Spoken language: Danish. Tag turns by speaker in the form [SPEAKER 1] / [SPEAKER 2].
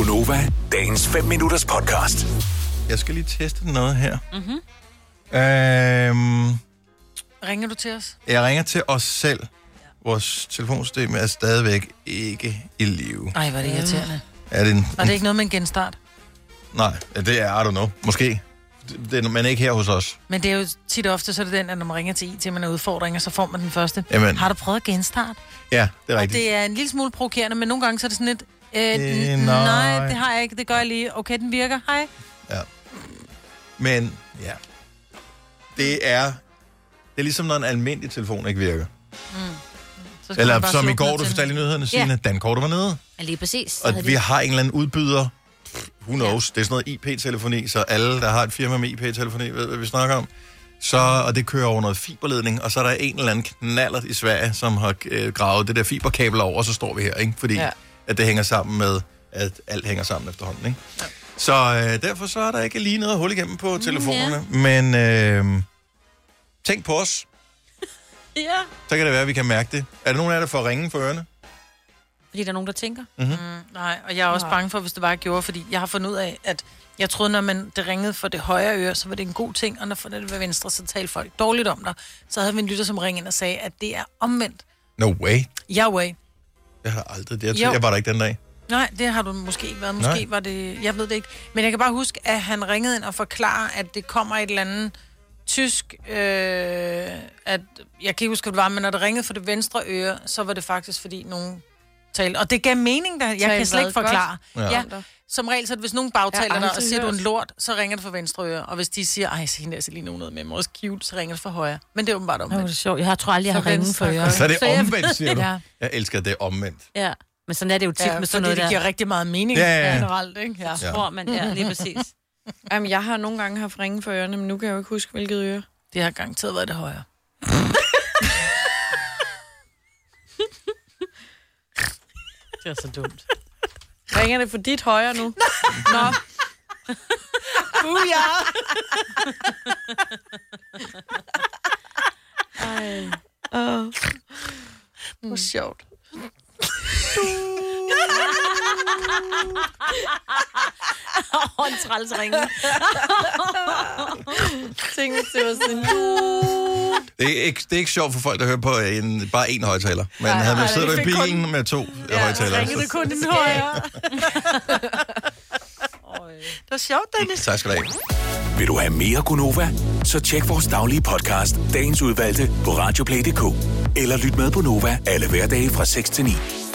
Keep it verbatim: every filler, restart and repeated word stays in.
[SPEAKER 1] Gunova, dagens fem minutters podcast.
[SPEAKER 2] Jeg skal lige teste noget her.
[SPEAKER 3] Mm-hmm.
[SPEAKER 2] Øhm,
[SPEAKER 3] Ringer du til os?
[SPEAKER 2] jeg ringer til os selv. Vores telefonsystem er stadigvæk ikke i live.
[SPEAKER 3] Ej, hvor er det irriterende.
[SPEAKER 2] Er det en,
[SPEAKER 3] Og det er ikke noget med en genstart?
[SPEAKER 2] Nej, det er, I don't know. Måske. Det, det, men ikke her hos os.
[SPEAKER 3] Men det er jo tit og ofte, så er det den, at når man ringer til I T, man er udfordringer, så får man den første.
[SPEAKER 2] Jamen.
[SPEAKER 3] Har du prøvet at genstart?
[SPEAKER 2] Ja, det er
[SPEAKER 3] Og
[SPEAKER 2] rigtigt.
[SPEAKER 3] det er en lille smule provokerende, men nogle gange så er det sådan lidt, øh,
[SPEAKER 2] Øh,
[SPEAKER 3] n-
[SPEAKER 2] nej.
[SPEAKER 3] nej, det har jeg ikke, det gør jeg lige. Okay, den virker, hej.
[SPEAKER 2] Ja. Men, ja. Det er... Det er ligesom, når en almindelig telefon ikke virker.
[SPEAKER 3] Så skal man
[SPEAKER 2] Eller
[SPEAKER 3] bare
[SPEAKER 2] som i
[SPEAKER 3] slukke
[SPEAKER 2] går,
[SPEAKER 3] noget
[SPEAKER 2] du
[SPEAKER 3] til
[SPEAKER 2] fortalte i nyhederne,
[SPEAKER 4] Ja.
[SPEAKER 2] Signe, dankortet var nede.
[SPEAKER 4] Ja, lige præcis. Så
[SPEAKER 2] Og
[SPEAKER 4] havde
[SPEAKER 2] vi
[SPEAKER 4] de-
[SPEAKER 2] har en eller anden udbyder, who knows, det er sådan noget I P-telefoni, så alle, der har et firma med I P-telefoni, ved, hvad vi snakker om. Så, og det kører over noget fiberledning, og så er der en eller anden knallert i Sverige, som har øh, gravet det der fiberkabel over, og så står vi her, ikke? Fordi
[SPEAKER 3] Ja.
[SPEAKER 2] ja. at det hænger sammen med, at alt hænger sammen efterhånden, ikke? Ja. Så øh, derfor så er der ikke lige noget hul igennem på telefonerne, mm, yeah. men øh, tænk på os,
[SPEAKER 4] Ja.
[SPEAKER 2] så kan det være, at vi kan mærke det. Er der nogen af jer, der får ringen for ørerne?
[SPEAKER 4] Fordi der er nogen, der tænker.
[SPEAKER 2] Mm-hmm.
[SPEAKER 3] Mm, nej, og jeg er også
[SPEAKER 4] Nej.
[SPEAKER 3] bange for, hvis det var, jeg gjorde, fordi jeg har fundet ud af, at jeg troede, når man det ringede for det højre øre, så var det en god ting, og når for det var venstre, så talte folk dårligt om dig. Så havde vi en lytter, som ringede ind og sagde, at det er omvendt.
[SPEAKER 2] No way.
[SPEAKER 3] Yahweh.
[SPEAKER 2] Jeg har aldrig det. Jeg,
[SPEAKER 3] Jo.
[SPEAKER 2] jeg var der ikke den dag.
[SPEAKER 3] Nej, det har du måske ikke været. Måske
[SPEAKER 2] Nej.
[SPEAKER 3] var det... Jeg ved det ikke. Men jeg kan bare huske, at han ringede ind og forklare, at det kommer et eller andet tysk... Øh, at, jeg kan ikke huske, hvad det var, men når det ringede for det venstre øre, så var det faktisk, fordi nogen talte... Og det gav mening, der. Jeg
[SPEAKER 4] Talte
[SPEAKER 3] kan slet ikke
[SPEAKER 4] hvad?
[SPEAKER 3] forklare.
[SPEAKER 2] Ja.
[SPEAKER 3] Ja. Som regel, så er det, hvis nogen bagtaler
[SPEAKER 4] Jeg har
[SPEAKER 3] dig og
[SPEAKER 4] aldrig
[SPEAKER 3] siger, du er en
[SPEAKER 4] hørt.
[SPEAKER 3] lort, så ringer det for venstre øre. Og hvis de siger, ej, se hende der, Selina, hun er noget med mig, også cute, så ringer det for højre. Men det er åbenbart
[SPEAKER 4] Åh, det er
[SPEAKER 3] omvendt.
[SPEAKER 4] sjovt. Jeg tror aldrig, jeg
[SPEAKER 3] Så
[SPEAKER 4] har ringet for
[SPEAKER 3] venstre.
[SPEAKER 4] øre.
[SPEAKER 2] Så er det
[SPEAKER 4] jeg-
[SPEAKER 2] omvendt, siger du?
[SPEAKER 3] Ja.
[SPEAKER 2] Jeg elsker, at det er omvendt.
[SPEAKER 4] Ja, men sådan er det jo tit
[SPEAKER 3] Ja,
[SPEAKER 4] med sådan
[SPEAKER 3] fordi
[SPEAKER 4] noget
[SPEAKER 3] det
[SPEAKER 4] der.
[SPEAKER 3] giver rigtig meget mening
[SPEAKER 2] Ja, ja, ja.
[SPEAKER 3] generelt, ikke? Ja.
[SPEAKER 2] Ja.
[SPEAKER 4] Tror man, ja, lige præcis.
[SPEAKER 5] Jamen, jeg har nogle gange haft ringe for ørerne, men nu kan jeg jo ikke huske, hvilket øre.
[SPEAKER 3] Det har garanteret været det højre.
[SPEAKER 4] Det er så dumt.
[SPEAKER 5] Ringer det for dit højre nu? Nå.
[SPEAKER 3] Uh, ja.
[SPEAKER 5] Ej. Oh.
[SPEAKER 3] Hvor sjovt.
[SPEAKER 4] Åh, en træls ringe.
[SPEAKER 5] Tænk, hvis det var sådan...
[SPEAKER 2] Det er, ikke, det er ikke sjovt for folk, der hører på en, bare én højtaler. Men
[SPEAKER 3] Nej,
[SPEAKER 2] havde man
[SPEAKER 3] nej,
[SPEAKER 2] sidder du
[SPEAKER 3] det
[SPEAKER 2] i
[SPEAKER 3] fik
[SPEAKER 2] bilen
[SPEAKER 3] kun-
[SPEAKER 2] med to ja, højtalere.
[SPEAKER 3] ringede det kun den højre. Det var sjovt, Dennis.
[SPEAKER 2] Tak skal du have.
[SPEAKER 1] Vil du have mere Gunova? Så tjek vores daglige podcast, dagens udvalgte, på radioplay punktum d k. Eller lyt med på Nova alle hverdage fra seks til ni.